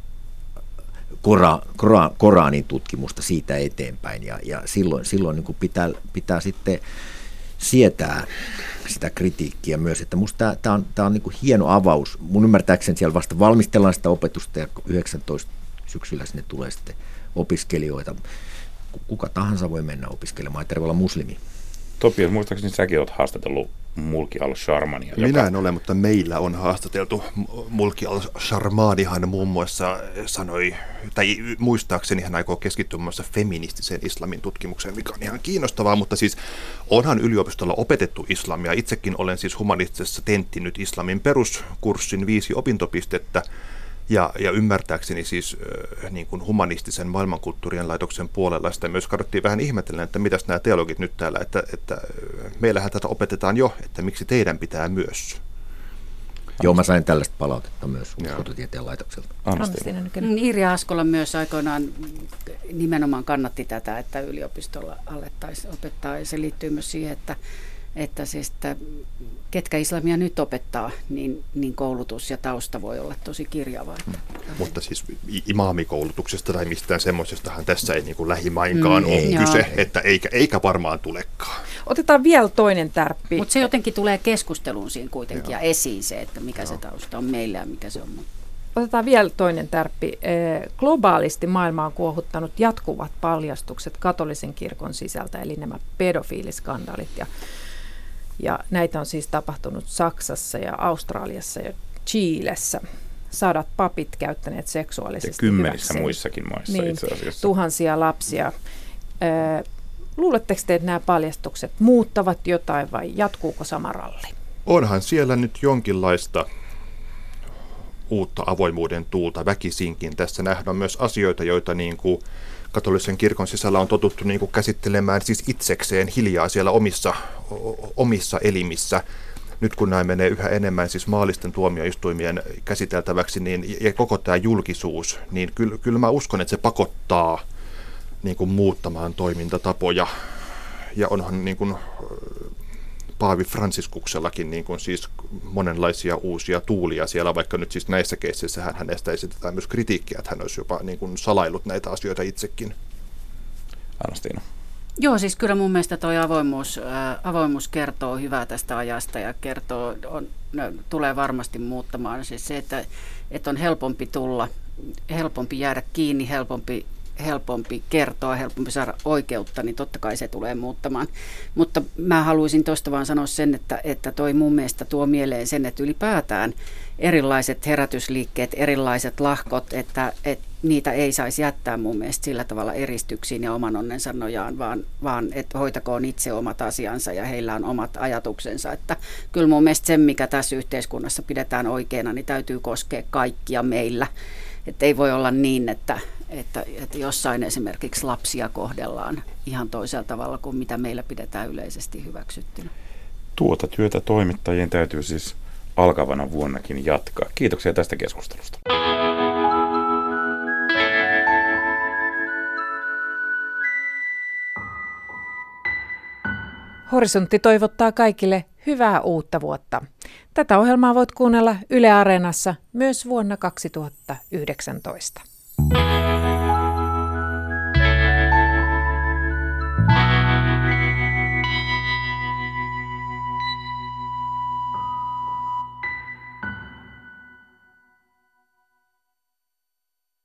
Koranin tutkimusta siitä eteenpäin, ja silloin niin kuin pitää sitten sietää sitä kritiikkiä myös, että musta tämä on niin kuin hieno avaus. Mun ymmärtääkseni siellä vasta valmistellaan sitä opetusta, ja 19 syksyllä sinne tulee sitten opiskelijoita. Kuka tahansa voi mennä opiskelemaan, ei tarvitse olla muslimi. Topias, muistaakseni säkin olet haastatellut Mulki al-Sharmania. Minä en ole, mutta meillä on haastateltu. Mulki al-Sharmanihan muun muassa sanoi, tai muistaakseni hän aikoo keskittyä muun muassa feministiseen islamin tutkimukseen, mikä on ihan kiinnostavaa, mutta siis onhan yliopistolla opetettu islamia. Itsekin olen siis humanistisessa tenttinyt islamin peruskurssin 5 opintopistettä, ja ymmärtääkseni siis niin kuin humanistisen maailmankulttuurien laitoksen puolella sitä myös katsottiin vähän ihmetellen, että mitäs nämä teologit nyt täällä, että meillähän tätä opetetaan jo, että miksi teidän pitää myös. Joo, mä sain tällaista palautetta myös uskototieteen laitokselta. Irja Askola myös aikoinaan nimenomaan kannatti tätä, että yliopistolla alettaisiin opettaa, ja se liittyy myös siihen, että ketkä islamia nyt opettaa, niin koulutus ja tausta voi olla tosi kirjavaa. Mutta siis imaamikoulutuksesta tai mistään semmoisestahan tässä ei niin kuin lähimainkaan ole kyse, että eikä varmaan tulekaan. Otetaan vielä toinen tärppi. Mutta se jotenkin tulee keskusteluun siinä kuitenkin ja esiin se, että mikä se tausta on meillä ja mikä se on. Otetaan vielä toinen tärppi. Globaalisti maailmaa on kuohuttanut jatkuvat paljastukset katolisen kirkon sisältä, eli nämä pedofiiliskandaalit. Ja näitä on siis tapahtunut Saksassa ja Australiassa ja Chilessä. 100 papit käyttäneet seksuaalisesti ja 10 hyväkseen. muissakin maissa itse asiassa. Tuhansia lapsia. Luuletteko te, että nämä paljastukset muuttavat jotain vai jatkuuko sama ralli? Onhan siellä nyt jonkinlaista uutta avoimuuden tuulta väkisinkin. Tässä nähdään myös asioita, joita niin kuin katolisen kirkon sisällä on totuttu niin kuin käsittelemään siis itsekseen hiljaa siellä omissa elimissä. Nyt kun näin menee yhä enemmän siis maallisten tuomioistuimien käsiteltäväksi niin, ja koko tämä julkisuus, niin kyllä mä uskon, että se pakottaa niin kuin muuttamaan toimintatapoja. Ja onhan niin kuin Paavi Fransiskuksellakin niin kuin siis monenlaisia uusia tuulia siellä, vaikka nyt siis näissä keisseissä hänestä esitetään myös kritiikkiä, että hän olisi jopa niin kuin salailut näitä asioita itsekin. Anastiina. Joo, siis kyllä mun mielestä toi avoimuus kertoo hyvää tästä ajasta ja tulee varmasti muuttamaan. Siis se, että on helpompi tulla, helpompi jäädä kiinni, helpompi kertoa, helpompi saada oikeutta, niin totta kai se tulee muuttamaan. Mutta mä haluaisin tuosta vaan sanoa sen, että toi mun mielestä tuo mieleen sen, että ylipäätään erilaiset herätysliikkeet, erilaiset lahkot, että niitä ei saisi jättää mun mielestä sillä tavalla eristyksiin ja oman onnensa nojaan, vaan että hoitakoon itse omat asiansa ja heillä on omat ajatuksensa. Että kyllä mun mielestä sen, mikä tässä yhteiskunnassa pidetään oikeana, niin täytyy koskea kaikkia meillä. Että ei voi olla niin, että jossain esimerkiksi lapsia kohdellaan ihan toisella tavalla kuin mitä meillä pidetään yleisesti hyväksyttynä. Tuota työtä toimittajien täytyy siis alkavana vuonnakin jatkaa. Kiitoksia tästä keskustelusta. Horisontti toivottaa kaikille hyvää uutta vuotta. Tätä ohjelmaa voit kuunnella Yle Areenassa myös vuonna 2019.